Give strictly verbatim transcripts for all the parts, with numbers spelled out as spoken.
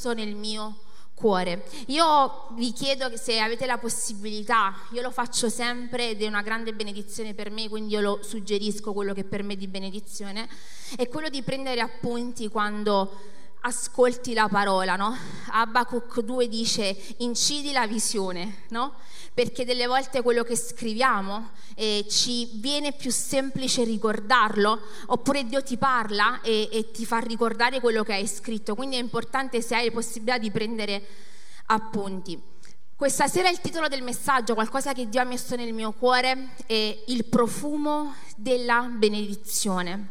messo nel mio cuore. Io vi chiedo che se avete la possibilità, io lo faccio sempre ed è una grande benedizione per me, quindi io lo suggerisco, quello che per me è di benedizione è quello di prendere appunti quando ascolti la parola, no? Abacuc due dice incidi la visione, no? Perché delle volte quello che scriviamo eh, ci viene più semplice ricordarlo, oppure Dio ti parla e, e ti fa ricordare quello che hai scritto, quindi è importante, se hai possibilità, di prendere appunti. Questa sera il titolo del messaggio, qualcosa che Dio ha messo nel mio cuore, è il profumo della benedizione.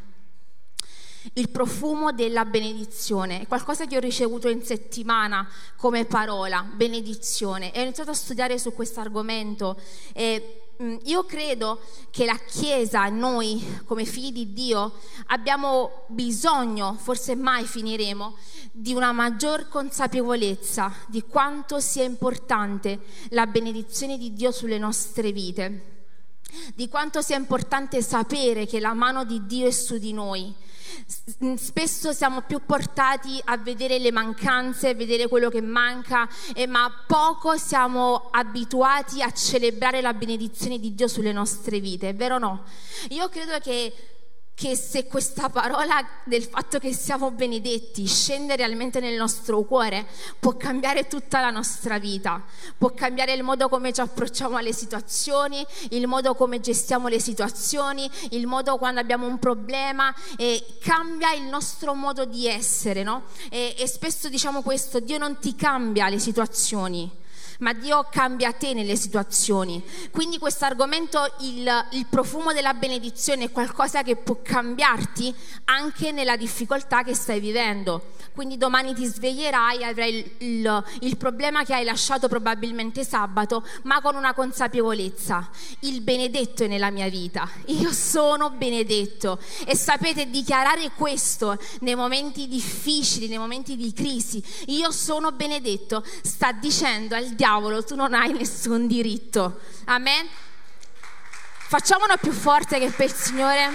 Il profumo della benedizione è qualcosa che ho ricevuto in settimana come parola, benedizione, e ho iniziato a studiare su questo argomento e mh, io credo che la Chiesa, noi come figli di Dio, abbiamo bisogno, forse mai finiremo, di una maggior consapevolezza di quanto sia importante la benedizione di Dio sulle nostre vite, di quanto sia importante sapere che la mano di Dio è su di noi. Spesso siamo più portati a vedere le mancanze, vedere quello che manca, eh, ma poco siamo abituati a celebrare la benedizione di Dio sulle nostre vite, è vero o no? Io credo che che se questa parola del fatto che siamo benedetti scende realmente nel nostro cuore, può cambiare tutta la nostra vita, può cambiare il modo come ci approcciamo alle situazioni, il modo come gestiamo le situazioni, il modo quando abbiamo un problema, e cambia il nostro modo di essere, no? E, e spesso diciamo questo: Dio non ti cambia le situazioni, ma Dio cambia te nelle situazioni. Quindi questo argomento, il, il profumo della benedizione, è qualcosa che può cambiarti anche nella difficoltà che stai vivendo. Quindi domani ti sveglierai, avrai il, il, il problema che hai lasciato probabilmente sabato, ma con una consapevolezza: il benedetto è nella mia vita, io sono benedetto. E sapete, dichiarare questo nei momenti difficili, nei momenti di crisi, io sono benedetto, sta dicendo al diavolo: tu non hai nessun diritto. Amen. Facciamolo più forte che per il Signore.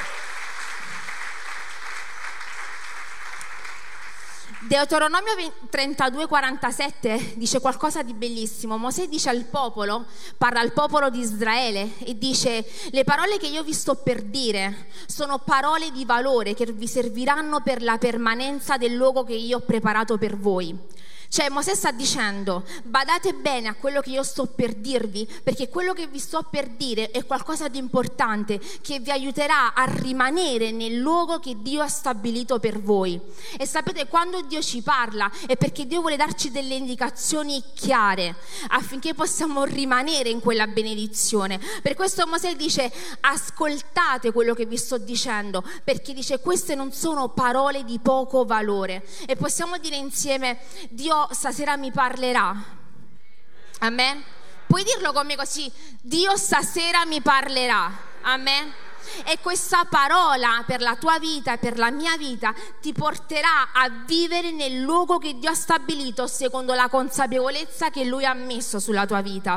Deuteronomio trentadue quarantasette dice qualcosa di bellissimo. Mosè dice al popolo, parla al popolo di Israele e dice: le parole che io vi sto per dire sono parole di valore che vi serviranno per la permanenza del luogo che io ho preparato per voi. Cioè Mosè sta dicendo: badate bene a quello che io sto per dirvi, perché quello che vi sto per dire è qualcosa di importante che vi aiuterà a rimanere nel luogo che Dio ha stabilito per voi. E sapete, quando Dio ci parla è perché Dio vuole darci delle indicazioni chiare affinché possiamo rimanere in quella benedizione. Per questo Mosè dice: ascoltate quello che vi sto dicendo, perché dice queste non sono parole di poco valore. E possiamo dire insieme: Dio stasera mi parlerà. Amen. Puoi dirlo con me così: Dio stasera mi parlerà. Amen. E questa parola per la tua vita e per la mia vita ti porterà a vivere nel luogo che Dio ha stabilito secondo la consapevolezza che Lui ha messo sulla tua vita.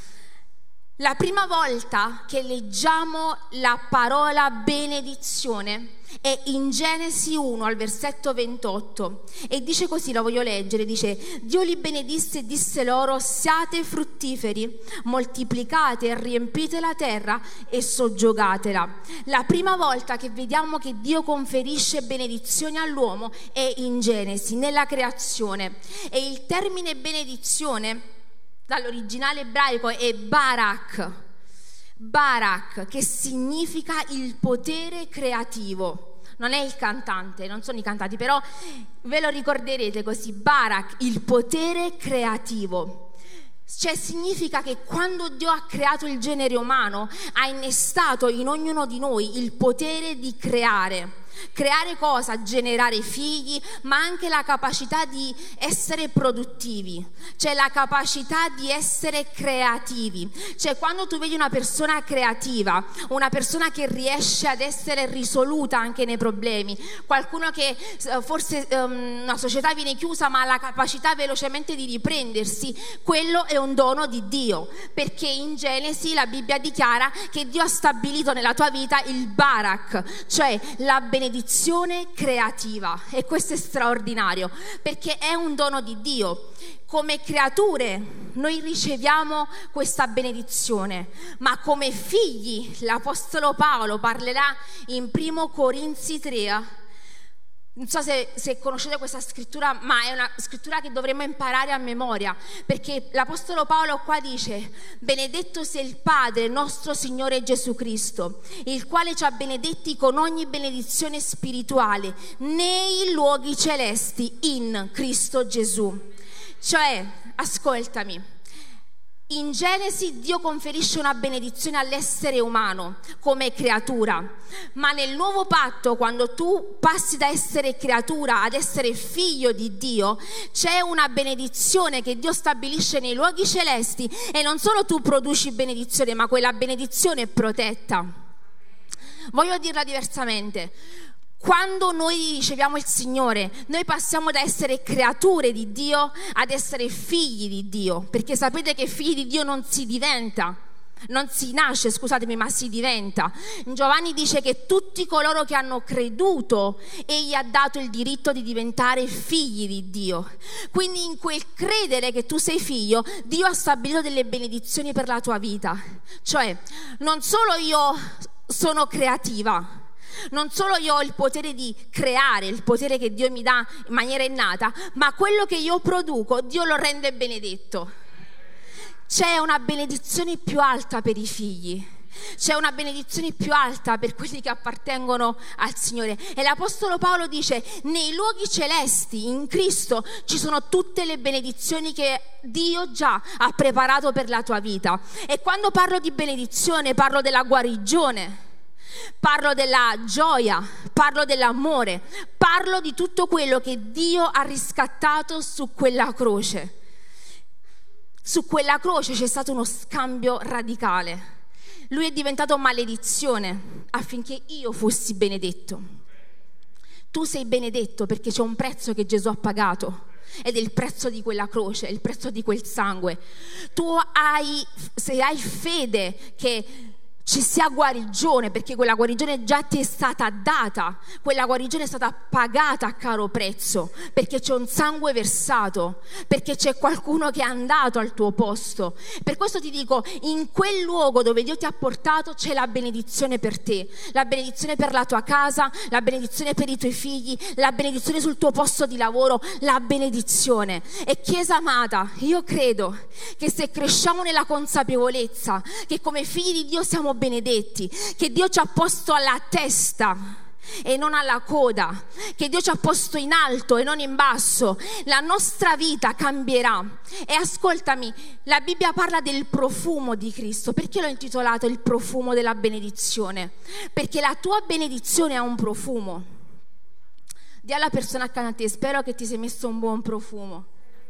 La prima volta che leggiamo la parola benedizione è in Genesi uno al versetto ventotto, e dice così, la voglio leggere, dice: Dio li benedisse e disse loro: siate fruttiferi, moltiplicate e riempite la terra e soggiogatela. La prima volta che vediamo che Dio conferisce benedizioni all'uomo è in Genesi, nella creazione, e il termine benedizione dall'originale ebraico è barak, barak, che significa il potere creativo. Non è il cantante, non sono i cantanti, però ve lo ricorderete così: barak, il potere creativo. Cioè significa che quando Dio ha creato il genere umano ha innestato in ognuno di noi il potere di creare. Creare cosa? Generare figli, ma anche la capacità di essere produttivi, cioè la capacità di essere creativi. Cioè quando tu vedi una persona creativa, una persona che riesce ad essere risoluta anche nei problemi, qualcuno che forse um, una società viene chiusa ma ha la capacità velocemente di riprendersi, quello è un dono di Dio, perché in Genesi la Bibbia dichiara che Dio ha stabilito nella tua vita il barak, cioè la benedizione benedizione creativa, e questo è straordinario perché è un dono di Dio. Come creature noi riceviamo questa benedizione, ma come figli, l'Apostolo Paolo parlerà in primo Corinzi tre. Non so se, se conoscete questa scrittura, ma è una scrittura che dovremmo imparare a memoria, perché l'Apostolo Paolo qua dice: benedetto sia il Padre nostro Signore Gesù Cristo, il quale ci ha benedetti con ogni benedizione spirituale nei luoghi celesti in Cristo Gesù. Cioè, ascoltami, in Genesi Dio conferisce una benedizione all'essere umano come creatura, ma nel nuovo patto, quando tu passi da essere creatura ad essere figlio di Dio, c'è una benedizione che Dio stabilisce nei luoghi celesti, e non solo tu produci benedizione, ma quella benedizione è protetta. Voglio dirla diversamente. Quando noi riceviamo il Signore, noi passiamo da essere creature di Dio ad essere figli di Dio, perché sapete che figli di Dio non si diventa, non si nasce, scusatemi, ma si diventa. Giovanni dice che tutti coloro che hanno creduto, egli ha dato il diritto di diventare figli di Dio. Quindi in quel credere che tu sei figlio, Dio ha stabilito delle benedizioni per la tua vita. Cioè, non solo io sono creativa, non solo io ho il potere di creare, il potere che Dio mi dà in maniera innata, ma quello che io produco Dio lo rende benedetto. C'è una benedizione più alta per i figli, c'è una benedizione più alta per quelli che appartengono al Signore, e l'Apostolo Paolo dice: nei luoghi celesti in Cristo ci sono tutte le benedizioni che Dio già ha preparato per la tua vita. E quando parlo di benedizione parlo della guarigione, parlo della gioia, parlo dell'amore, parlo di tutto quello che Dio ha riscattato su quella croce. Su quella croce c'è stato uno scambio radicale. Lui è diventato maledizione affinché io fossi benedetto. Tu sei benedetto perché c'è un prezzo che Gesù ha pagato, ed è il prezzo di quella croce, è il prezzo di quel sangue. Tu hai, se hai fede che ci sia guarigione, perché quella guarigione già ti è stata data, quella guarigione è stata pagata a caro prezzo, perché c'è un sangue versato, perché c'è qualcuno che è andato al tuo posto. Per questo ti dico, in quel luogo dove Dio ti ha portato c'è la benedizione per te, la benedizione per la tua casa, la benedizione per i tuoi figli, la benedizione sul tuo posto di lavoro, la benedizione. E Chiesa amata, io credo che se cresciamo nella consapevolezza che come figli di Dio siamo benedetti, che Dio ci ha posto alla testa e non alla coda, che Dio ci ha posto in alto e non in basso, la nostra vita cambierà. E ascoltami, la Bibbia parla del profumo di Cristo. Perché l'ho intitolato il profumo della benedizione? Perché la tua benedizione ha un profumo. Dì alla persona accanto a te: spero che ti sei messo un buon profumo.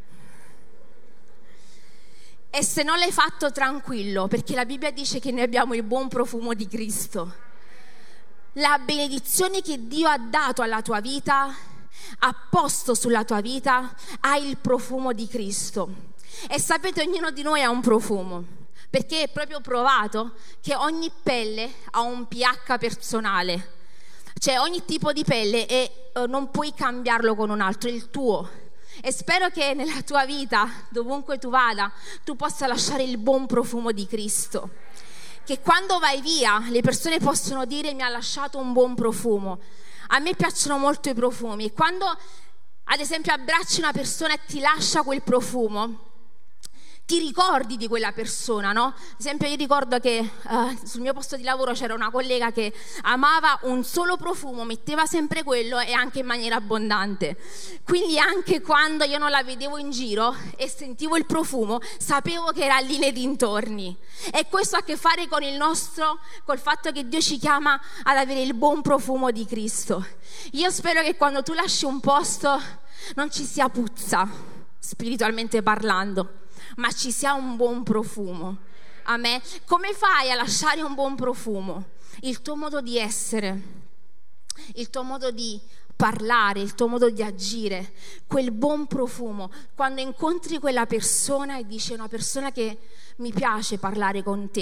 E se non l'hai fatto, tranquillo, perché la Bibbia dice che noi abbiamo il buon profumo di Cristo. La benedizione che Dio ha dato alla tua vita, ha posto sulla tua vita, ha il profumo di Cristo. E sapete, ognuno di noi ha un profumo, perché è proprio provato che ogni pelle ha un pH personale. Cioè ogni tipo di pelle, e uh, non puoi cambiarlo con un altro, è il tuo. E spero che nella tua vita, dovunque tu vada, tu possa lasciare il buon profumo di Cristo, che quando vai via le persone possono dire: mi ha lasciato un buon profumo. A me piacciono molto i profumi, e quando ad esempio abbracci una persona e ti lascia quel profumo, ti ricordi di quella persona, no? Ad esempio io ricordo che uh, sul mio posto di lavoro c'era una collega che amava un solo profumo, metteva sempre quello, e anche in maniera abbondante. Quindi anche quando io non la vedevo in giro e sentivo il profumo, sapevo che era lì nei dintorni. E questo ha a che fare con il nostro, col fatto che Dio ci chiama ad avere il buon profumo di Cristo. Io spero che quando tu lasci un posto non ci sia puzza, spiritualmente parlando, ma ci sia un buon profumo. Amen. Come fai a lasciare un buon profumo? Il tuo modo di essere, il tuo modo di parlare, il tuo modo di agire, quel buon profumo. Quando incontri quella persona e dici: è una persona che mi piace parlare con te,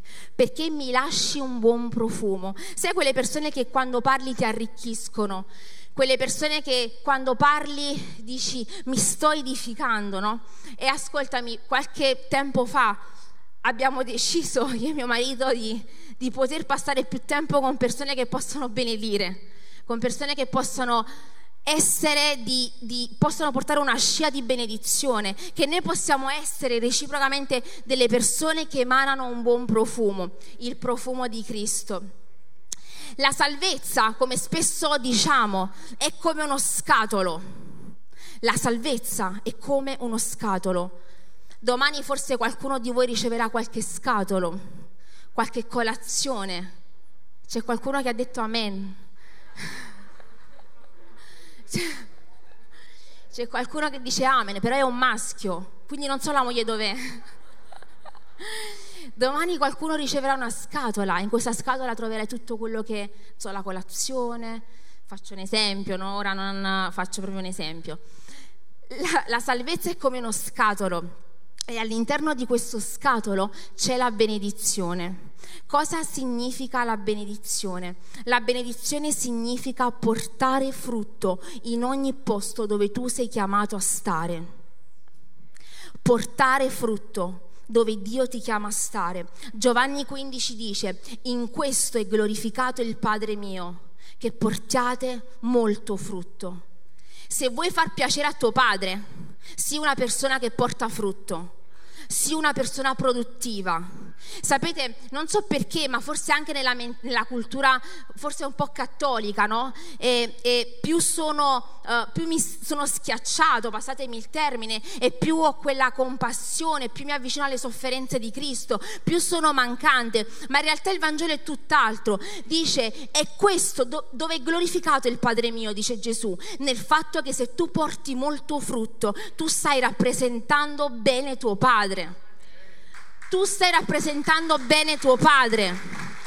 perché mi lasci un buon profumo. Sai quelle persone che quando parli ti arricchiscono, quelle persone che quando parli dici mi sto edificando, no? E ascoltami, qualche tempo fa abbiamo deciso, io e mio marito, di, di poter passare più tempo con persone che possono benedire, con persone che possono essere di, di, possono portare una scia di benedizione, che noi possiamo essere reciprocamente delle persone che emanano un buon profumo, il profumo di Cristo. La salvezza, come spesso diciamo, è come uno scatolo. La salvezza è come uno scatolo. Domani forse qualcuno di voi riceverà qualche scatolo, qualche colazione. C'è qualcuno che ha detto amen. C'è qualcuno che dice amen, però è un maschio, quindi non so la moglie dov'è. Domani qualcuno riceverà una scatola, in questa scatola troverai tutto quello che, so, la colazione, faccio un esempio, no? Ora non faccio proprio un esempio. La, la salvezza è come uno scatolo e all'interno di questo scatolo c'è la benedizione. Cosa significa la benedizione? La benedizione significa portare frutto in ogni posto dove tu sei chiamato a stare. Portare frutto dove Dio ti chiama a stare. Giovanni quindici dice: in questo è glorificato il Padre mio, che portiate molto frutto. Se vuoi far piacere a tuo padre, sii una persona che porta frutto, sii una persona produttiva. Sapete, non so perché, ma forse anche nella, nella cultura forse un po' cattolica, no? E, e più sono uh, più mi sono schiacciato, passatemi il termine, e più ho quella compassione, più mi avvicino alle sofferenze di Cristo, più sono mancante. Ma in realtà il Vangelo è tutt'altro. Dice: è questo do, dove è glorificato il Padre mio, dice Gesù, nel fatto che se tu porti molto frutto, tu stai rappresentando bene tuo Padre. Tu stai rappresentando bene tuo Padre.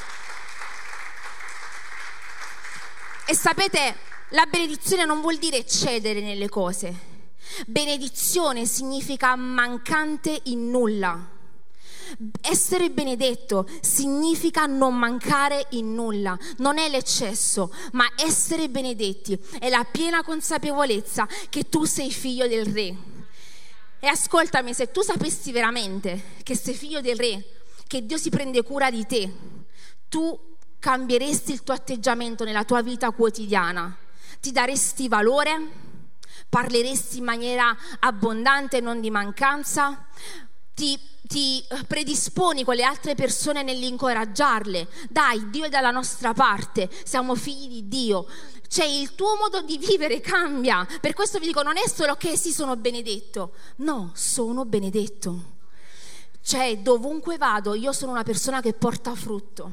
E sapete, la benedizione non vuol dire cedere nelle cose. Benedizione significa mancante in nulla. Essere benedetto significa non mancare in nulla. Non è l'eccesso, ma essere benedetti è la piena consapevolezza che tu sei figlio del Re. E ascoltami, se tu sapessi veramente che sei figlio del Re, che Dio si prende cura di te, tu cambieresti il tuo atteggiamento nella tua vita quotidiana, ti daresti valore, parleresti in maniera abbondante e non di mancanza, ti, ti predisponi con le altre persone nell'incoraggiarle. Dai, Dio è dalla nostra parte, siamo figli di Dio. Cioè il tuo modo di vivere cambia. Per questo vi dico, non è solo che sì, sono benedetto. No, sono benedetto. Cioè dovunque vado io sono una persona che porta frutto.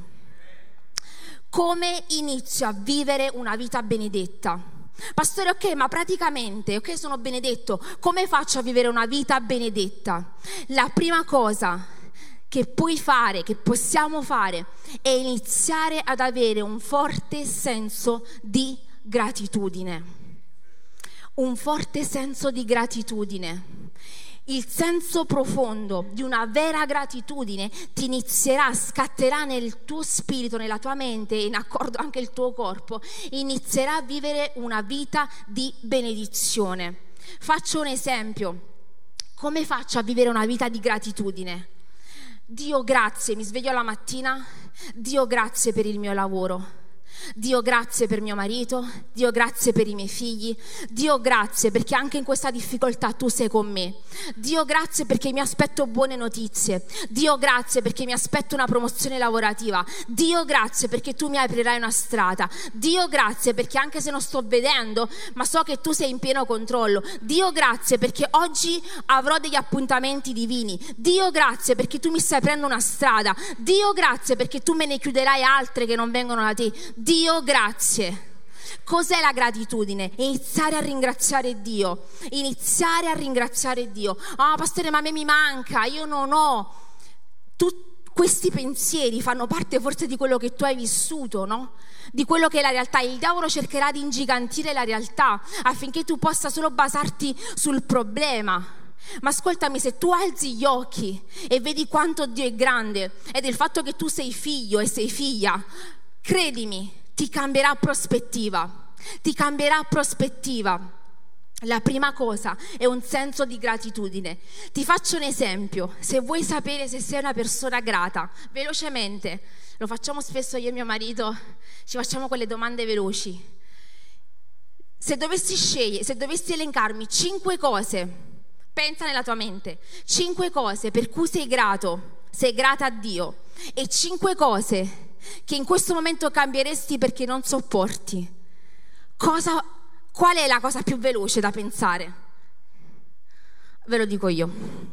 Come inizio a vivere una vita benedetta? Pastore, ok, ma praticamente, ok, sono benedetto, come faccio a vivere una vita benedetta? La prima cosa che puoi fare, che possiamo fare, è iniziare ad avere un forte senso di gratitudine. Un forte senso di gratitudine. Il senso profondo di una vera gratitudine ti inizierà, scatterà nel tuo spirito, nella tua mente, in accordo anche il tuo corpo, inizierà a vivere una vita di benedizione. Faccio un esempio. Come faccio a vivere una vita di gratitudine? Dio grazie, mi sveglio la mattina, Dio grazie per il mio lavoro, Dio grazie per mio marito, Dio grazie per i miei figli, Dio grazie perché anche in questa difficoltà tu sei con me, Dio grazie perché mi aspetto buone notizie, Dio grazie perché mi aspetto una promozione lavorativa, Dio grazie perché tu mi aprirai una strada, Dio grazie perché anche se non sto vedendo ma so che tu sei in pieno controllo, Dio grazie perché oggi avrò degli appuntamenti divini, Dio grazie perché tu mi stai aprendo una strada, Dio grazie perché tu me ne chiuderai altre che non vengono da te. Dio grazie. Cos'è la gratitudine? Iniziare a ringraziare Dio, iniziare a ringraziare Dio. Ah, oh, pastore, ma a me mi manca, io non ho. Tutti questi pensieri fanno parte forse di quello che tu hai vissuto, no? Di quello che è la realtà. Il diavolo cercherà di ingigantire la realtà affinché tu possa solo basarti sul problema. Ma ascoltami, se tu alzi gli occhi e vedi quanto Dio è grande ed il fatto che tu sei figlio e sei figlia, credimi, ti cambierà prospettiva, ti cambierà prospettiva. La prima cosa è un senso di gratitudine. Ti faccio un esempio, se vuoi sapere se sei una persona grata, velocemente, lo facciamo spesso io e mio marito, ci facciamo quelle domande veloci. Se dovessi scegliere, se dovessi elencarmi cinque cose, pensa nella tua mente, cinque cose per cui sei grato, sei grata a Dio, e cinque cose che in questo momento cambieresti perché non sopporti, cosa, qual è la cosa più veloce da pensare? Ve lo dico io.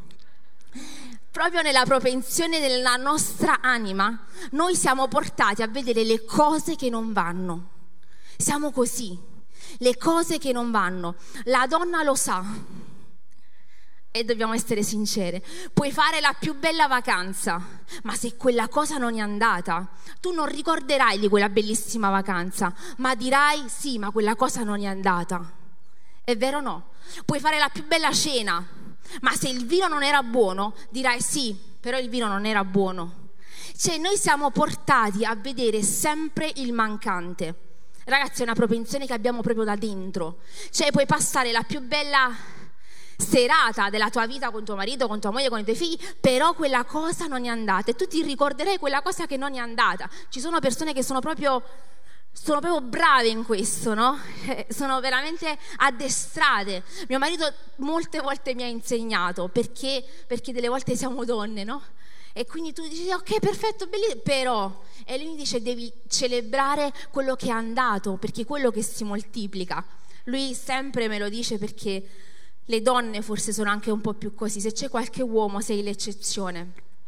Proprio nella propensione della nostra anima, noi siamo portati a vedere le cose che non vanno. Siamo così, le cose che non vanno. La donna lo sa. E dobbiamo essere sincere, puoi fare la più bella vacanza, ma se quella cosa non è andata, tu non ricorderai di quella bellissima vacanza, ma dirai sì, ma quella cosa non è andata. È vero o no? Puoi fare la più bella cena, ma se il vino non era buono, dirai sì, però il vino non era buono. Cioè noi siamo portati a vedere sempre il mancante. Ragazzi, è una propensione che abbiamo proprio da dentro. Cioè puoi passare la più bella serata della tua vita con tuo marito, con tua moglie, con i tuoi figli, però quella cosa non è andata e tu ti ricorderai quella cosa che non è andata. Ci sono persone che sono proprio sono proprio brave in questo, no? Eh, sono veramente addestrate. Mio marito molte volte mi ha insegnato, perché perché delle volte siamo donne, no? E quindi tu dici ok, perfetto, bellissimo, però, e lui mi dice devi celebrare quello che è andato, perché quello che si moltiplica. Lui sempre me lo dice, perché le donne forse sono anche un po' più così, se c'è qualche uomo sei l'eccezione.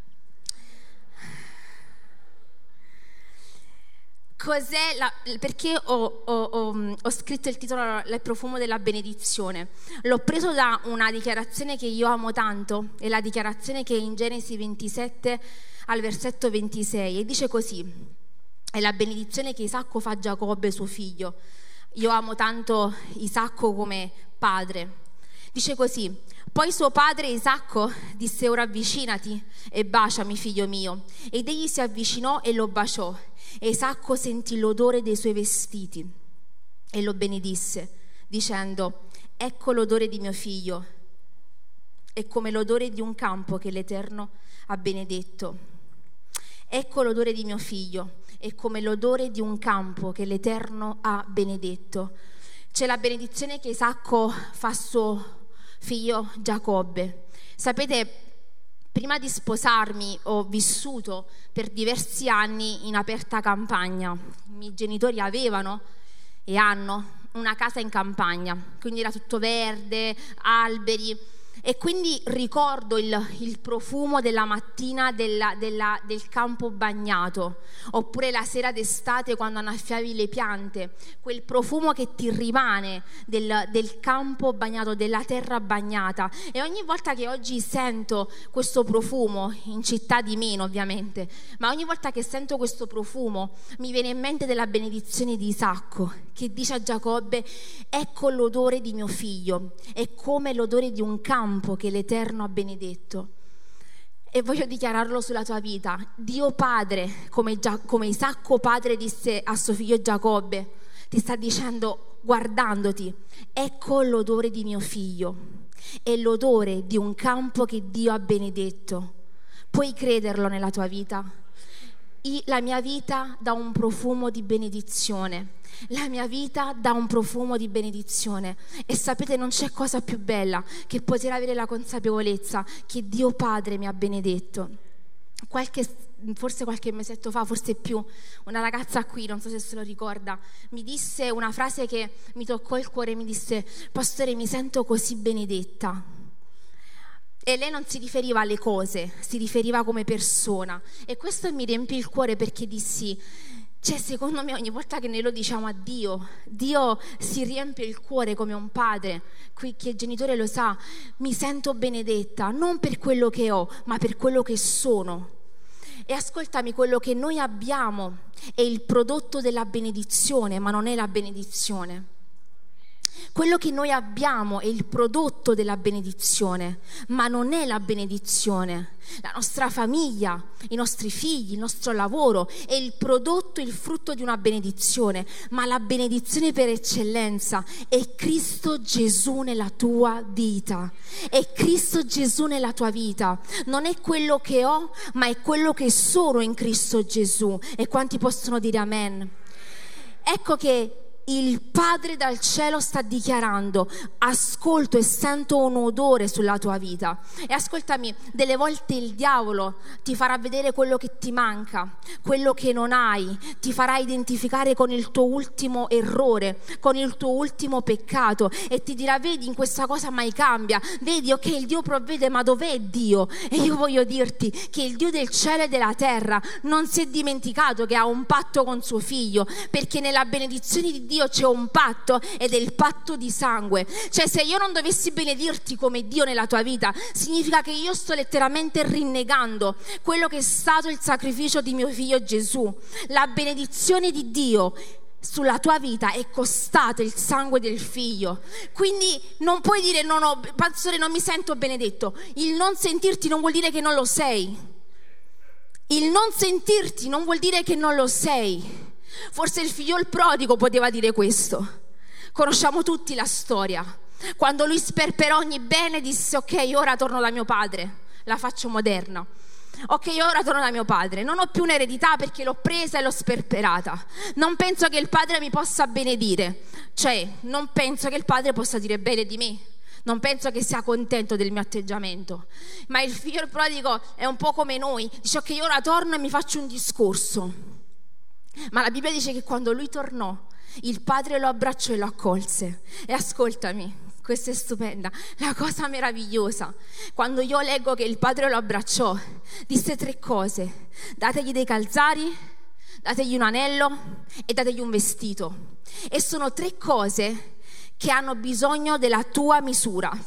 Cos'è la, perché ho, ho, ho, ho scritto il titolo Il profumo della benedizione? L'ho preso da una dichiarazione che io amo tanto, è la dichiarazione che è in Genesi ventisette al versetto ventisei, e dice così: è la benedizione che Isacco fa a Giacobbe suo figlio. Io amo tanto Isacco come padre. Dice così: poi suo padre Isacco disse ora avvicinati e baciami figlio mio, ed egli si avvicinò e lo baciò, e Isacco sentì l'odore dei suoi vestiti e lo benedisse dicendo: ecco l'odore di mio figlio, è come l'odore di un campo che l'Eterno ha benedetto. Ecco l'odore di mio figlio, è come l'odore di un campo che l'Eterno ha benedetto. C'è la benedizione che Isacco fa a suo figlio Giacobbe. Sapete, prima di sposarmi ho vissuto per diversi anni in aperta campagna. I miei genitori avevano e hanno una casa in campagna, quindi era tutto verde, alberi, e quindi ricordo il, il profumo della mattina della, della, del campo bagnato, oppure la sera d'estate quando annaffiavi le piante, quel profumo che ti rimane del, del campo bagnato, della terra bagnata. E ogni volta che oggi sento questo profumo, in città di meno ovviamente, ma ogni volta che sento questo profumo mi viene in mente della benedizione di Isacco, che dice a Giacobbe: ecco l'odore di mio figlio, è come l'odore di un campo che l'Eterno ha benedetto. E voglio dichiararlo sulla tua vita. Dio Padre, come, Gia- come Isacco padre disse a suo figlio Giacobbe, ti sta dicendo, guardandoti: ecco l'odore di mio figlio, è l'odore di un campo che Dio ha benedetto. Puoi crederlo nella tua vita? La mia vita dà un profumo di benedizione, la mia vita dà un profumo di benedizione, e sapete, non c'è cosa più bella che poter avere la consapevolezza che Dio Padre mi ha benedetto. Qualche, forse qualche mesetto fa, forse più, una ragazza qui, non so se se lo ricorda, mi disse una frase che mi toccò il cuore, mi disse: pastore, mi sento così benedetta. E lei non si riferiva alle cose, si riferiva come persona, e questo mi riempì il cuore, perché dissi: cioè, secondo me ogni volta che noi lo diciamo a Dio, Dio si riempie il cuore come un padre. Qui chi è genitore lo sa, mi sento benedetta non per quello che ho, ma per quello che sono. E ascoltami, quello che noi abbiamo è il prodotto della benedizione, ma non è la benedizione. Quello che noi abbiamo è il prodotto della benedizione, ma non è la benedizione. La nostra famiglia, i nostri figli, il nostro lavoro è il prodotto, il frutto di una benedizione, ma la benedizione per eccellenza è Cristo Gesù nella tua vita. È Cristo Gesù nella tua vita. Non è quello che ho, ma è quello che sono in Cristo Gesù. E quanti possono dire amen? Ecco che il Padre dal cielo sta dichiarando: ascolto e sento un odore sulla tua vita. E ascoltami, delle volte il diavolo ti farà vedere quello che ti manca, quello che non hai, ti farà identificare con il tuo ultimo errore, con il tuo ultimo peccato, e ti dirà: vedi, in questa cosa mai cambia, vedi, ok, il Dio provvede, ma dov'è Dio? E io voglio dirti che il Dio del cielo e della terra non si è dimenticato che ha un patto con suo figlio, perché nella benedizione di Dio c'è un patto, ed è il patto di sangue. Cioè, se io non dovessi benedirti come Dio nella tua vita, significa che io sto letteralmente rinnegando quello che è stato il sacrificio di mio figlio Gesù. La benedizione di Dio sulla tua vita è costata il sangue del figlio. Quindi non puoi dire: no, no, pastore, non mi sento benedetto. Il non sentirti non vuol dire che non lo sei. Il non sentirti non vuol dire che non lo sei. Forse il figlio il prodigo poteva dire questo. Conosciamo tutti la storia. Quando lui sperperò ogni bene, disse: ok, ora torno da mio padre. La faccio moderna. Ok, ora torno da mio padre. Non ho più un'eredità perché l'ho presa e l'ho sperperata. Non penso che il padre mi possa benedire. Cioè, non penso che il padre possa dire bene di me. Non penso che sia contento del mio atteggiamento. Ma il figlio il prodigo è un po' come noi. Dice: ok, ora torno e mi faccio un discorso. Ma la Bibbia dice che quando lui tornò, il padre lo abbracciò e lo accolse. E ascoltami, questa è stupenda, la cosa meravigliosa, quando io leggo che il padre lo abbracciò, disse tre cose: dategli dei calzari, dategli un anello e dategli un vestito. E sono tre cose che hanno bisogno della tua misura.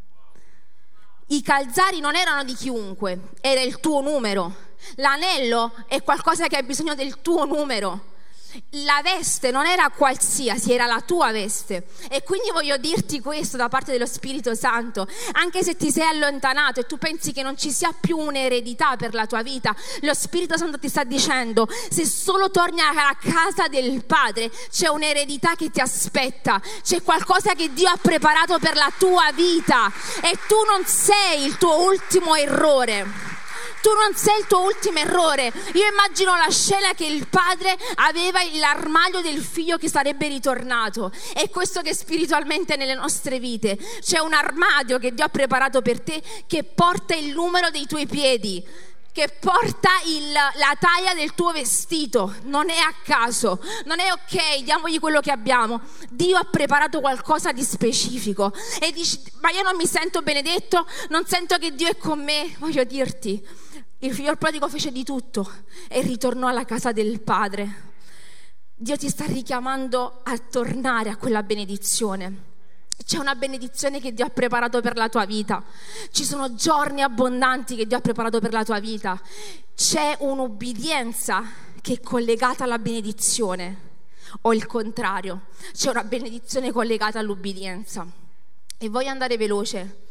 I calzari non erano di chiunque, era il tuo numero. L'anello è qualcosa che ha bisogno del tuo numero. La veste non era qualsiasi, era la tua veste. E quindi voglio dirti questo da parte dello Spirito Santo: anche se ti sei allontanato e tu pensi che non ci sia più un'eredità per la tua vita, lo Spirito Santo ti sta dicendo: se solo torni alla casa del Padre, c'è un'eredità che ti aspetta, c'è qualcosa che Dio ha preparato per la tua vita, e tu non sei il tuo ultimo errore. Tu non sei il tuo ultimo errore. Io immagino la scena che il padre aveva l'armadio del figlio che sarebbe ritornato. È questo che spiritualmente nelle nostre vite c'è un armadio che Dio ha preparato per te, che porta il numero dei tuoi piedi, che porta il, la taglia del tuo vestito. Non è a caso, non è ok, diamogli quello che abbiamo. Dio ha preparato qualcosa di specifico. E dici: ma io non mi sento benedetto, non sento che Dio è con me. Voglio dirti, il figlio prodigo fece di tutto e ritornò alla casa del padre. Dio ti sta richiamando a tornare a quella benedizione. C'è una benedizione che Dio ha preparato per la tua vita. Ci sono giorni abbondanti che Dio ha preparato per la tua vita. C'è un'obbedienza che è collegata alla benedizione, o il contrario, c'è una benedizione collegata all'obbedienza. E voglio andare veloce.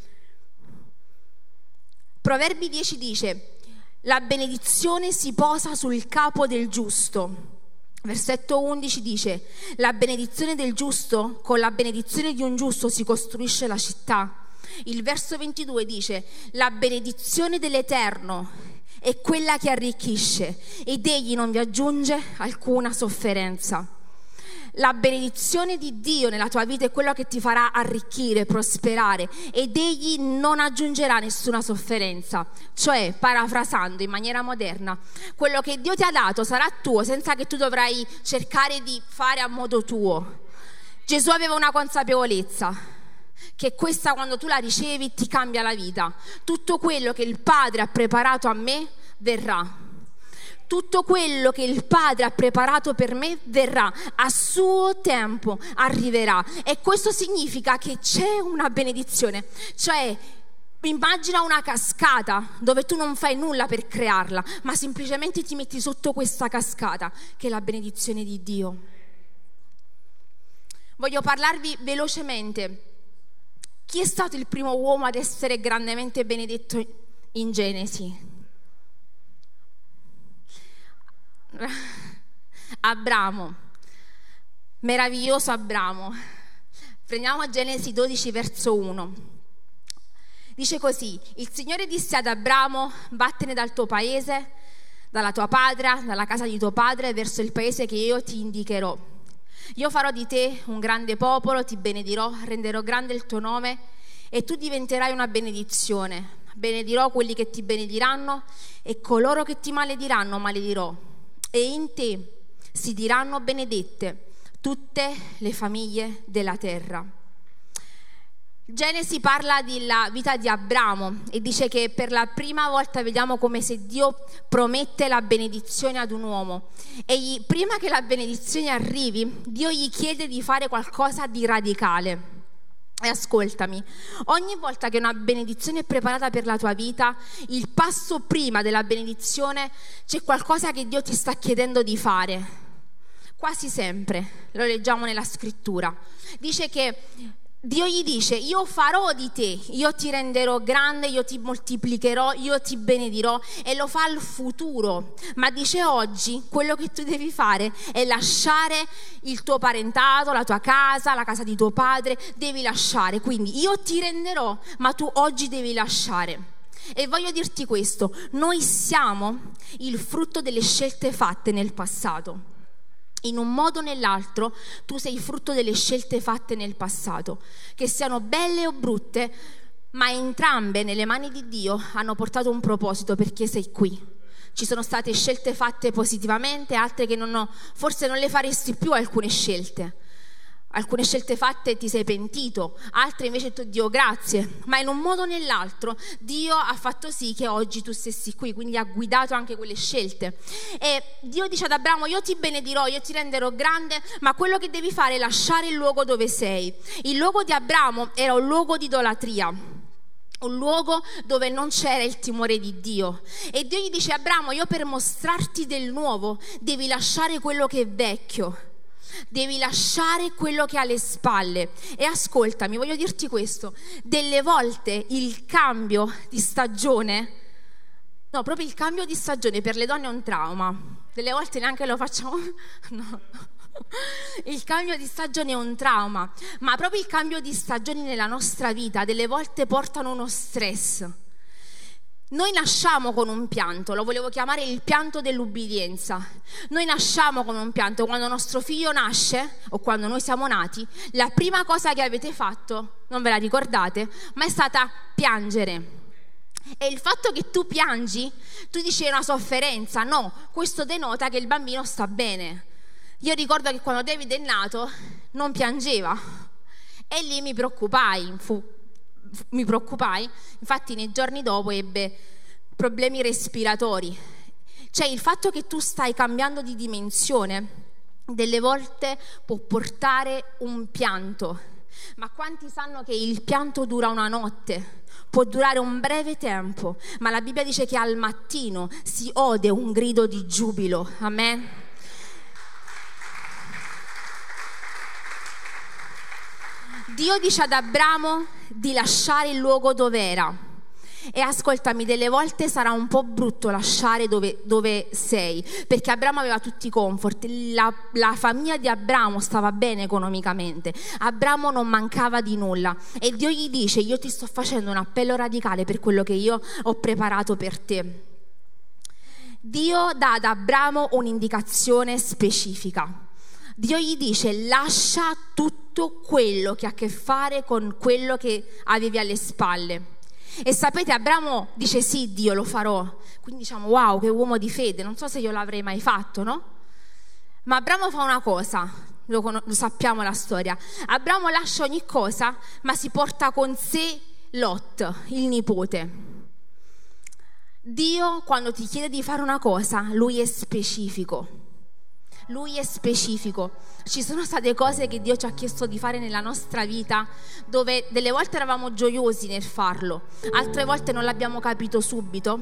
Proverbi dieci dice: la benedizione si posa sul capo del giusto. Versetto undici dice: la benedizione del giusto, con la benedizione di un giusto si costruisce la città. Il verso ventidue dice: la benedizione dell'Eterno è quella che arricchisce, ed egli non vi aggiunge alcuna sofferenza. La benedizione di Dio nella tua vita è quello che ti farà arricchire, prosperare, ed egli non aggiungerà nessuna sofferenza. Cioè, parafrasando in maniera moderna, quello che Dio ti ha dato sarà tuo, senza che tu dovrai cercare di fare a modo tuo. Gesù aveva una consapevolezza, che questa, quando tu la ricevi, ti cambia la vita. Tutto quello che il Padre ha preparato a me verrà. Tutto quello che il Padre ha preparato per me verrà, a suo tempo arriverà. E questo significa che c'è una benedizione. Cioè, immagina una cascata dove tu non fai nulla per crearla, ma semplicemente ti metti sotto questa cascata, che è la benedizione di Dio. Voglio parlarvi velocemente. Chi è stato il primo uomo ad essere grandemente benedetto in Genesi? Abramo, meraviglioso Abramo. Prendiamo Genesi dodici verso uno. Dice così: il Signore disse ad Abramo: vattene dal tuo paese, dalla tua patria, dalla casa di tuo padre, verso il paese che io ti indicherò. Io farò di te un grande popolo, ti benedirò, renderò grande il tuo nome e tu diventerai una benedizione. Benedirò quelli che ti benediranno e coloro che ti malediranno maledirò. E in te si diranno benedette tutte le famiglie della terra. Genesi parla della vita di Abramo e dice che per la prima volta vediamo come se Dio promette la benedizione ad un uomo e gli, prima che la benedizione arrivi, Dio gli chiede di fare qualcosa di radicale. E ascoltami, ogni volta che una benedizione è preparata per la tua vita, il passo prima della benedizione c'è qualcosa che Dio ti sta chiedendo di fare. Quasi sempre, lo leggiamo nella scrittura. Dice che Dio gli dice: io farò di te, io ti renderò grande, io ti moltiplicherò, io ti benedirò, e lo fa al futuro. Ma dice oggi quello che tu devi fare è lasciare il tuo parentato, la tua casa, la casa di tuo padre, devi lasciare. Quindi io ti renderò, ma tu oggi devi lasciare. E voglio dirti questo: noi siamo il frutto delle scelte fatte nel passato. In un modo o nell'altro tu sei frutto delle scelte fatte nel passato, che siano belle o brutte, ma entrambe nelle mani di Dio hanno portato un proposito, perché sei qui. Ci sono state scelte fatte positivamente, altre che non ho, forse non le faresti più alcune scelte. Alcune scelte fatte ti sei pentito, altre invece tu Dio grazie, ma in un modo o nell'altro Dio ha fatto sì che oggi tu stessi qui, quindi ha guidato anche quelle scelte. E Dio dice ad Abramo: io ti benedirò, io ti renderò grande, ma quello che devi fare è lasciare il luogo dove sei. Il luogo di Abramo era un luogo di idolatria, un luogo dove non c'era il timore di Dio. E Dio gli dice: Abramo, io per mostrarti del nuovo devi lasciare quello che è vecchio. Devi lasciare quello che ha alle spalle. E ascoltami, voglio dirti questo: delle volte il cambio di stagione, no, proprio il cambio di stagione per le donne è un trauma. Delle volte neanche lo facciamo, no. Il cambio di stagione è un trauma, ma proprio il cambio di stagioni nella nostra vita delle volte portano uno stress. Noi nasciamo con un pianto, lo volevo chiamare il pianto dell'ubbidienza. Noi nasciamo con un pianto. Quando nostro figlio nasce o quando noi siamo nati, la prima cosa che avete fatto, non ve la ricordate, ma è stata piangere. E il fatto che tu piangi, tu dici è una sofferenza. No, questo denota che il bambino sta bene. Io ricordo che quando David è nato non piangeva e lì mi preoccupai, fu mi preoccupai, infatti nei giorni dopo ebbe problemi respiratori. Cioè il fatto che tu stai cambiando di dimensione delle volte può portare un pianto, ma quanti sanno che il pianto dura una notte, può durare un breve tempo, ma la Bibbia dice che al mattino si ode un grido di giubilo. Amen. Dio dice ad Abramo di lasciare il luogo dove era. E ascoltami, delle volte sarà un po' brutto lasciare dove, dove sei, perché Abramo aveva tutti i comfort, la, la famiglia di Abramo stava bene economicamente, Abramo non mancava di nulla, e Dio gli dice: io ti sto facendo un appello radicale per quello che io ho preparato per te. Dio dà ad Abramo un'indicazione specifica. Dio gli dice: lascia tutto quello che ha a che fare con quello che avevi alle spalle. E sapete, Abramo dice: sì, Dio, lo farò. Quindi diciamo: wow, che uomo di fede. Non so se io l'avrei mai fatto, no? Ma Abramo fa una cosa, lo, con- lo sappiamo la storia. Abramo lascia ogni cosa, ma si porta con sé Lot, il nipote. Dio, quando ti chiede di fare una cosa, lui è specifico. Lui è specifico. Ci sono state cose che Dio ci ha chiesto di fare nella nostra vita, dove delle volte eravamo gioiosi nel farlo, altre volte non l'abbiamo capito subito,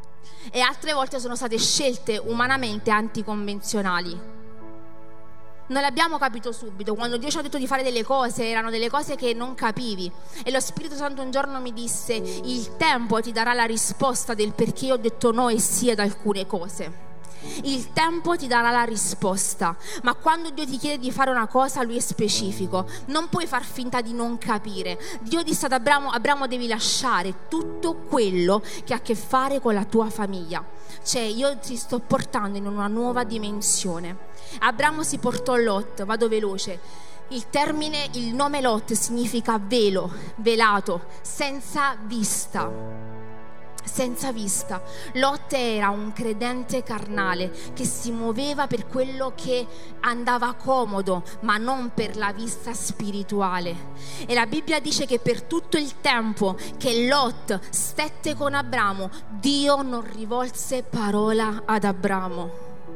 e altre volte sono state scelte umanamente anticonvenzionali. non l'abbiamo capito subito. Quando Dio ci ha detto di fare delle cose, erano delle cose che non capivi, e lo Spirito Santo un giorno mi disse: il tempo ti darà la risposta del perché io ho detto no e sì ad alcune cose. Il tempo ti darà la risposta, ma quando Dio ti chiede di fare una cosa, Lui è specifico. Non puoi far finta di non capire. Dio disse ad Abramo: Abramo, devi lasciare tutto quello che ha a che fare con la tua famiglia. Cioè, io ti sto portando in una nuova dimensione. Abramo si portò Lot, vado veloce. Il termine, il nome Lot significa velo, velato, senza vista. Senza vista. Lot era un credente carnale che si muoveva per quello che andava comodo, ma non per la vista spirituale. E la Bibbia dice che per tutto il tempo che Lot stette con Abramo, Dio non rivolse parola ad Abramo.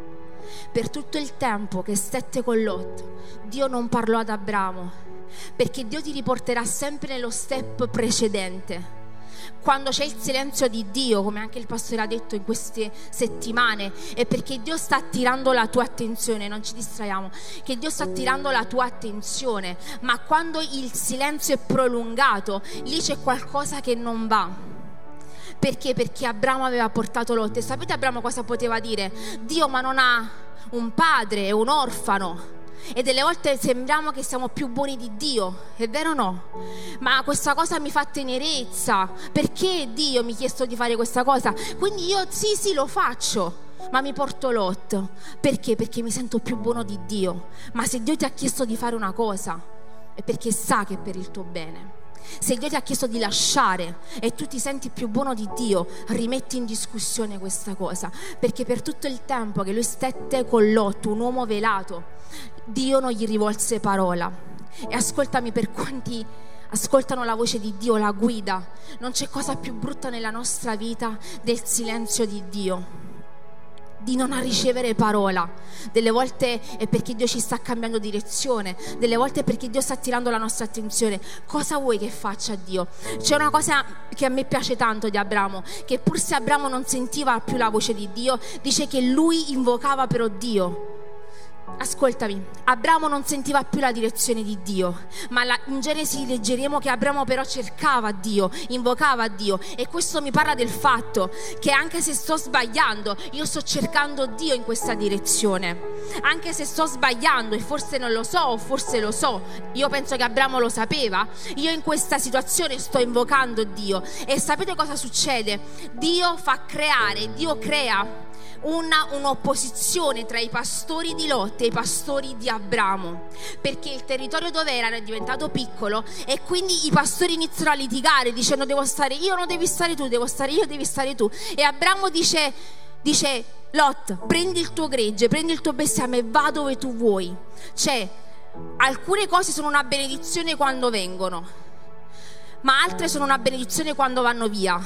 Per tutto il tempo che stette con Lot, Dio non parlò ad Abramo, perché Dio ti riporterà sempre nello step precedente. Quando c'è il silenzio di Dio, come anche il pastore ha detto in queste settimane, è perché Dio sta attirando la tua attenzione. Non ci distraiamo, che Dio sta attirando la tua attenzione. Ma quando il silenzio è prolungato, lì c'è qualcosa che non va. Perché? Perché Abramo aveva portato Lot. E sapete Abramo cosa poteva dire? Dio, ma non ha un padre, è un orfano. E delle volte sembriamo che siamo più buoni di Dio, è vero o no? Ma questa cosa mi fa tenerezza, perché Dio mi ha chiesto di fare questa cosa? Quindi io sì sì lo faccio, ma mi porto Lot. Perché? Perché mi sento più buono di Dio. Ma se Dio ti ha chiesto di fare una cosa, è perché sa che è per il tuo bene. Se Dio ti ha chiesto di lasciare e tu ti senti più buono di Dio, rimetti in discussione questa cosa, perché per tutto il tempo che lui stette con Lot, un uomo velato, Dio non gli rivolse parola. E ascoltami, per quanti ascoltano la voce di Dio, la guida, non c'è cosa più brutta nella nostra vita del silenzio di Dio, di non ricevere parola. Delle volte è perché Dio ci sta cambiando direzione, delle volte è perché Dio sta attirando la nostra attenzione. Cosa vuoi che faccia Dio? C'è una cosa che a me piace tanto di Abramo, che pur se Abramo non sentiva più la voce di Dio, dice che lui invocava però Dio. Ascoltami, Abramo non sentiva più la direzione di Dio, ma la, in Genesi leggeremo che Abramo però cercava Dio, invocava Dio. E questo mi parla del fatto che anche se sto sbagliando, io sto cercando Dio in questa direzione. Anche se sto sbagliando e forse non lo so, o forse lo so, io penso che Abramo lo sapeva, io in questa situazione sto invocando Dio. E sapete cosa succede? Dio fa creare, Dio crea Una, un'opposizione tra i pastori di Lot e i pastori di Abramo, perché il territorio dove erano è diventato piccolo e quindi i pastori iniziano a litigare dicendo: devo stare io, non devi stare tu, devo stare io, devi stare tu. E Abramo dice, dice Lot, prendi il tuo gregge, prendi il tuo bestiame e va dove tu vuoi. Cioè, alcune cose sono una benedizione quando vengono, ma altre sono una benedizione quando vanno via.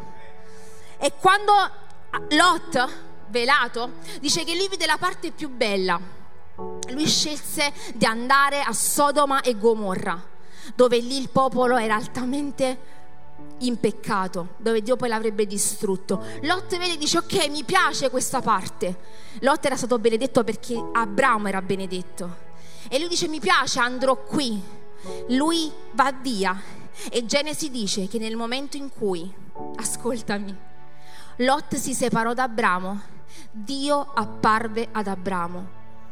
E quando Lot, velato, dice che lui vide la parte più bella. Lui scelse di andare a Sodoma e Gomorra, dove lì il popolo era altamente in peccato, dove Dio poi l'avrebbe distrutto. Lot vede e dice: ok, mi piace questa parte. Lot era stato benedetto perché Abramo era benedetto, e lui dice: mi piace, andrò qui. Lui va via, e Genesi dice che nel momento in cui, ascoltami, Lot si separò da Abramo, Dio apparve ad Abramo.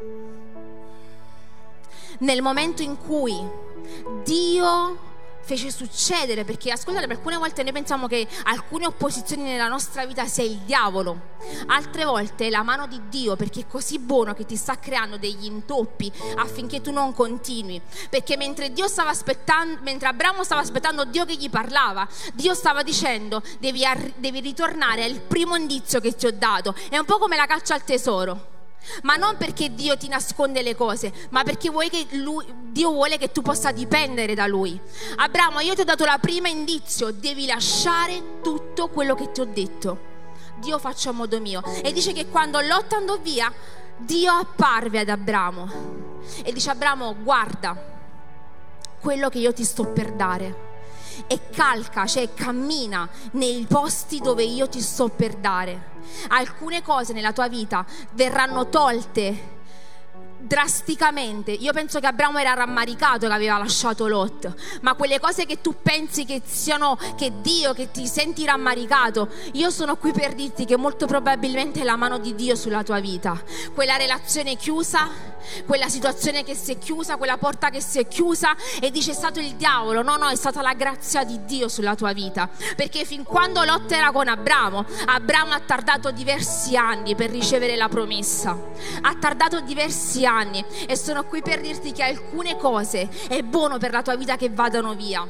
Nel momento in cui Dio fece succedere, perché ascoltate, per alcune volte noi pensiamo che alcune opposizioni nella nostra vita sia il diavolo, altre volte è la mano di Dio, perché è così buono che ti sta creando degli intoppi affinché tu non continui. Perché mentre Dio stava aspettando, mentre Abramo stava aspettando Dio che gli parlava, Dio stava dicendo: devi, ar- devi ritornare al primo indizio che ti ho dato. È un po' come la caccia al tesoro, ma non perché Dio ti nasconde le cose, ma perché vuoi che lui, Dio vuole che tu possa dipendere da Lui. Abramo, io ti ho dato la prima indizio, devi lasciare tutto quello che ti ho detto. Dio faccia a modo mio. E dice che quando Lot andò via, Dio apparve ad Abramo e dice: Abramo, guarda quello che io ti sto per dare, e calca, cioè cammina nei posti dove io ti sto per dare. Alcune cose nella tua vita verranno tolte drasticamente. Io penso che Abramo era rammaricato che aveva lasciato Lot, ma quelle cose che tu pensi che siano, che Dio, che ti senti rammaricato, io sono qui per dirti che molto probabilmente è la mano di Dio sulla tua vita. Quella relazione chiusa, quella situazione che si è chiusa, quella porta che si è chiusa, e dice è stato il diavolo. No, no, è stata la grazia di Dio sulla tua vita, perché fin quando Lot era con Abramo, Abramo ha tardato diversi anni per ricevere la promessa, ha tardato diversi anni, e sono qui per dirti che alcune cose è buono per la tua vita che vadano via.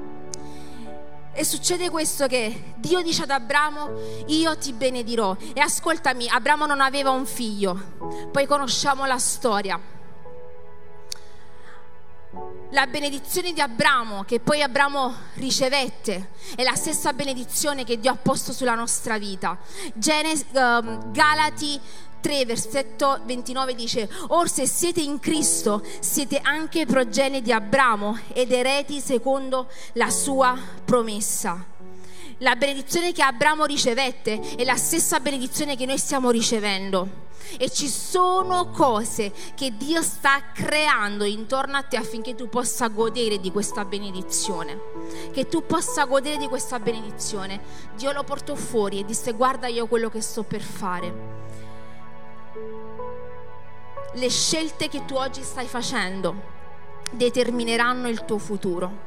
E succede questo, che Dio dice ad Abramo: io ti benedirò. E ascoltami, Abramo non aveva un figlio, poi conosciamo la storia. La benedizione di Abramo, che poi Abramo ricevette, è la stessa benedizione che Dio ha posto sulla nostra vita. Genesi, um, Galati tre versetto ventinove dice: or se siete in Cristo siete anche progenie di Abramo ed eredi secondo la sua promessa. La benedizione che Abramo ricevette è la stessa benedizione che noi stiamo ricevendo, e ci sono cose che Dio sta creando intorno a te affinché tu possa godere di questa benedizione, che tu possa godere di questa benedizione. Dio lo portò fuori e disse: guarda, io quello che sto per fare. Le scelte che tu oggi stai facendo determineranno il tuo futuro.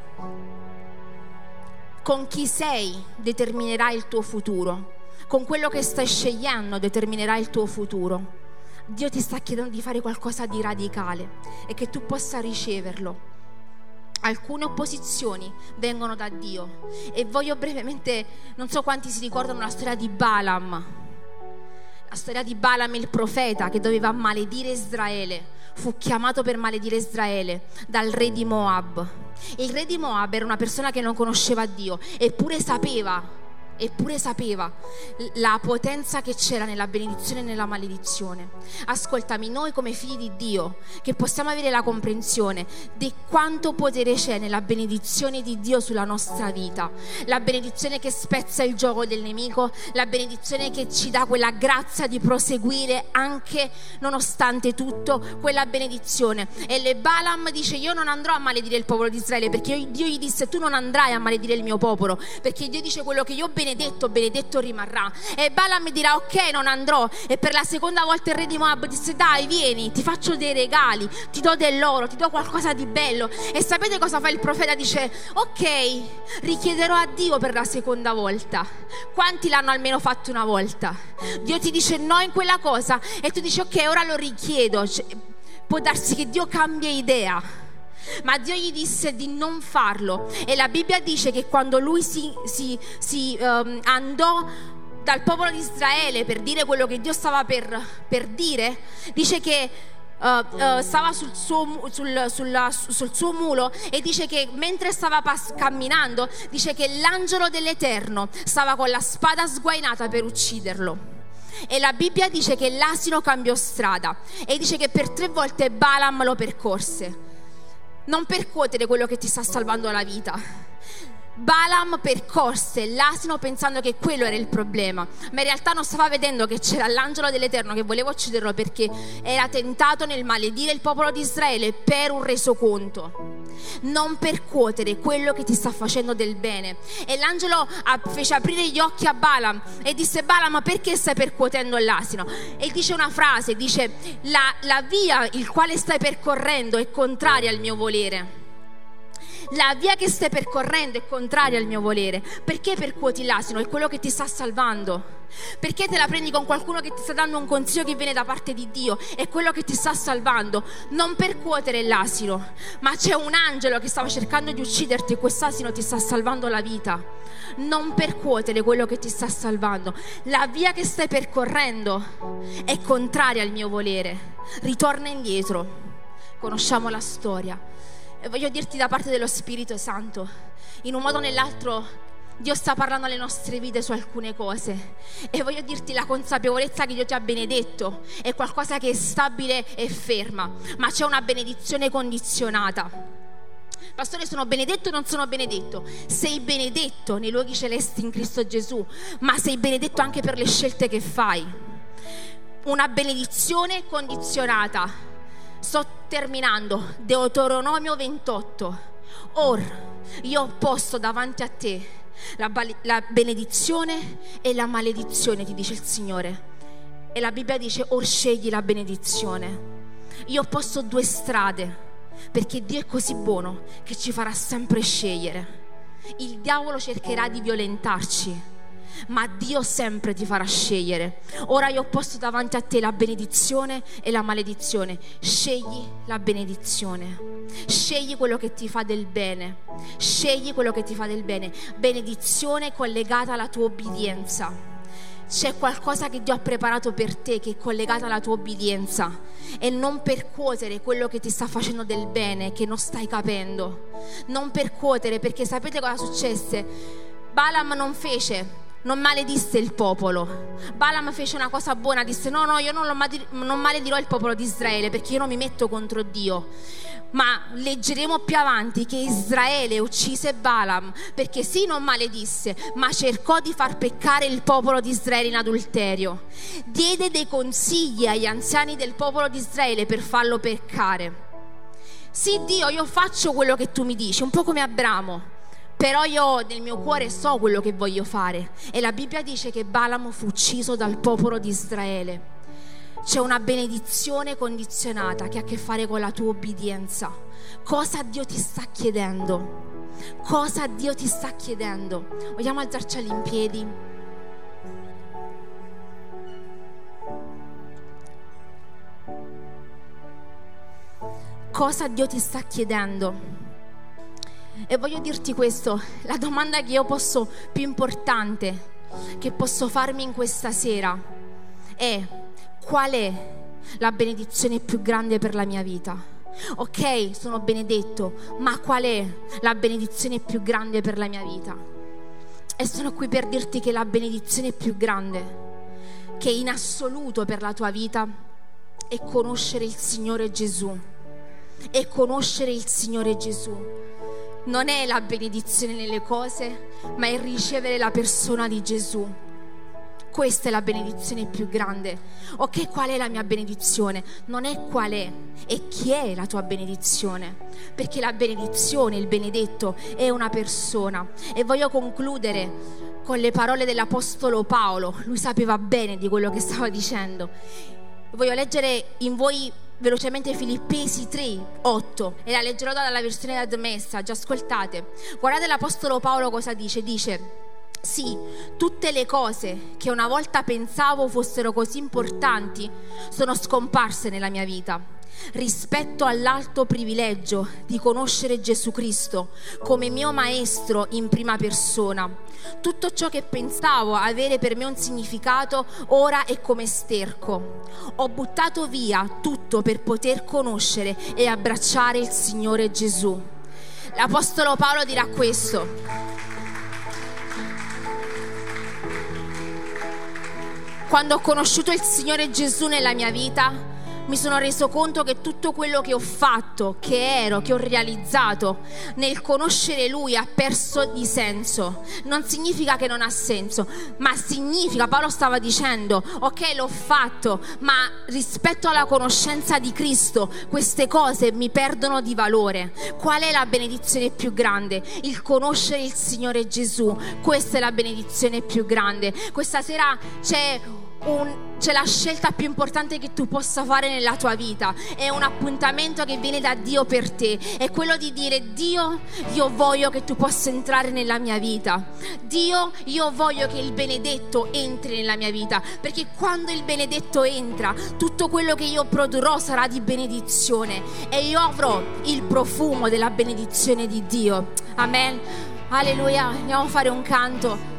Con chi sei determinerà il tuo futuro. Con quello che stai scegliendo determinerà il tuo futuro. Dio ti sta chiedendo di fare qualcosa di radicale e che tu possa riceverlo. Alcune opposizioni vengono da Dio, e voglio brevemente, non so quanti si ricordano la storia di Balaam. La storia di Balaam, il profeta che doveva maledire Israele, fu chiamato per maledire Israele dal re di Moab. Il re di Moab era una persona che non conosceva Dio, eppure sapeva Eppure sapeva la potenza che c'era nella benedizione e nella maledizione. Ascoltami, noi come figli di Dio, che possiamo avere la comprensione di quanto potere c'è nella benedizione di Dio sulla nostra vita, la benedizione che spezza il gioco del nemico, la benedizione che ci dà quella grazia di proseguire anche nonostante tutto, quella benedizione. E le Balaam dice: io non andrò a maledire il popolo di Israele, perché Dio gli disse: tu non andrai a maledire il mio popolo, perché Dio dice: quello che io benedetto, benedetto rimarrà. E Balaam dirà: ok, non andrò. E per la seconda volta il re di Moab disse: dai, vieni, ti faccio dei regali, ti do dell'oro, ti do qualcosa di bello. E sapete cosa fa il profeta? Dice: ok, richiederò a Dio per la seconda volta. Quanti l'hanno almeno fatto una volta? Dio ti dice no in quella cosa e tu dici: ok, ora lo richiedo. Cioè, può darsi che Dio cambia idea, ma Dio gli disse di non farlo. E la Bibbia dice che quando lui si, si, si um, andò dal popolo di Israele per dire quello che Dio stava per, per dire, dice che uh, uh, stava sul suo, sul, sulla, sul suo mulo, e dice che mentre stava pas- camminando, dice che l'angelo dell'Eterno stava con la spada sguainata per ucciderlo. E la Bibbia dice che l'asino cambiò strada, e dice che per tre volte Balaam lo percorse. Non percuotere quello che ti sta salvando la vita. Balaam percorse l'asino pensando che quello era il problema, ma in realtà non stava vedendo che c'era l'angelo dell'Eterno che voleva ucciderlo, perché era tentato nel maledire il popolo di Israele per un resoconto. Non percuotere quello che ti sta facendo del bene. E l'angelo fece aprire gli occhi a Balaam e disse: Balaam, perché stai percuotendo l'asino? E dice una frase, dice: la, la via il quale stai percorrendo è contraria al mio volere. La via che stai percorrendo è contraria al mio volere. Perché percuoti l'asino? È quello che ti sta salvando. Perché te la prendi con qualcuno che ti sta dando un consiglio che viene da parte di Dio? È quello che ti sta salvando. Non percuotere l'asino, ma c'è un angelo che stava cercando di ucciderti e quest'asino ti sta salvando la vita. Non percuotere quello che ti sta salvando. La via che stai percorrendo è contraria al mio volere. Ritorna indietro. Conosciamo la storia. E voglio dirti da parte dello Spirito Santo, in un modo o nell'altro Dio sta parlando alle nostre vite su alcune cose, e voglio dirti la consapevolezza che Dio ti ha benedetto è qualcosa che è stabile e ferma, ma c'è una benedizione condizionata. Pastore, sono benedetto o non sono benedetto? Sei benedetto nei luoghi celesti in Cristo Gesù, ma sei benedetto anche per le scelte che fai. Una benedizione condizionata. Sto terminando. Deuteronomio ventotto. Or io ho posto davanti a te la, la benedizione e la maledizione, ti dice il Signore. E la Bibbia dice: or scegli la benedizione. Io ho posto due strade, perché Dio è così buono che ci farà sempre scegliere. Il diavolo cercherà di violentarci, ma Dio sempre ti farà scegliere. Ora io ho posto davanti a te la benedizione e la maledizione. Scegli la benedizione, scegli quello che ti fa del bene, scegli quello che ti fa del bene. Benedizione collegata alla tua obbedienza. C'è qualcosa che Dio ha preparato per te che è collegata alla tua obbedienza, e non percuotere quello che ti sta facendo del bene che non stai capendo. Non percuotere, perché sapete cosa successe? Balaam non fece, non maledisse il popolo. Balaam fece una cosa buona, disse: no no io non, lo male- non maledirò il popolo di Israele, perché io non mi metto contro Dio. Ma leggeremo più avanti che Israele uccise Balaam, perché sì, non maledisse, ma cercò di far peccare il popolo di Israele in adulterio. Diede dei consigli agli anziani del popolo di Israele per farlo peccare. Sì, Dio, io faccio quello che tu mi dici, un po' come Abramo, però io nel mio cuore so quello che voglio fare. E la Bibbia dice che Balaam fu ucciso dal popolo di Israele. C'è una benedizione condizionata che ha a che fare con la tua obbedienza. Cosa Dio ti sta chiedendo? Cosa Dio ti sta chiedendo? Vogliamo alzarci in piedi? Cosa Dio ti sta chiedendo? E voglio dirti questo: la domanda che io posso, più importante che posso farmi in questa sera è: qual è la benedizione più grande per la mia vita? Ok, sono benedetto, ma qual è la benedizione più grande per la mia vita? E sono qui per dirti che la benedizione più grande, che in assoluto per la tua vita, è conoscere il Signore Gesù. E conoscere il Signore Gesù non è la benedizione nelle cose, ma è ricevere la persona di Gesù. Questa è la benedizione più grande. Ok, qual è la mia benedizione? Non è qual è, è chi è la tua benedizione. Perché la benedizione, il benedetto, è una persona. E voglio concludere con le parole dell'Apostolo Paolo. Lui sapeva bene di quello che stava dicendo. Voglio leggere in voi velocemente Filippesi tre otto, e la leggerò dalla versione The Message. Ascoltate, guardate l'Apostolo Paolo cosa dice. Dice: sì, tutte le cose che una volta pensavo fossero così importanti sono scomparse nella mia vita, rispetto all'alto privilegio di conoscere Gesù Cristo come mio maestro in prima persona. Tutto ciò che pensavo avere per me un significato ora è come sterco. Ho buttato via tutto per poter conoscere e abbracciare il Signore Gesù. L'Apostolo Paolo dirà questo: quando ho conosciuto il Signore Gesù nella mia vita, mi sono reso conto che tutto quello che ho fatto, che ero, che ho realizzato nel conoscere Lui ha perso di senso. Non significa che non ha senso, ma significa, Paolo stava dicendo, ok, l'ho fatto, ma rispetto alla conoscenza di Cristo queste cose mi perdono di valore. Qual è la benedizione più grande? Il conoscere il Signore Gesù. Questa è la benedizione più grande. Questa sera c'è Un, c'è la scelta più importante che tu possa fare nella tua vita. È un appuntamento che viene da Dio per te. È quello di dire: Dio, io voglio che tu possa entrare nella mia vita. Dio, io voglio che il benedetto entri nella mia vita, perché quando il benedetto entra, tutto quello che io produrrò sarà di benedizione, e io avrò il profumo della benedizione di Dio. Amen. Alleluia. Andiamo a fare un canto.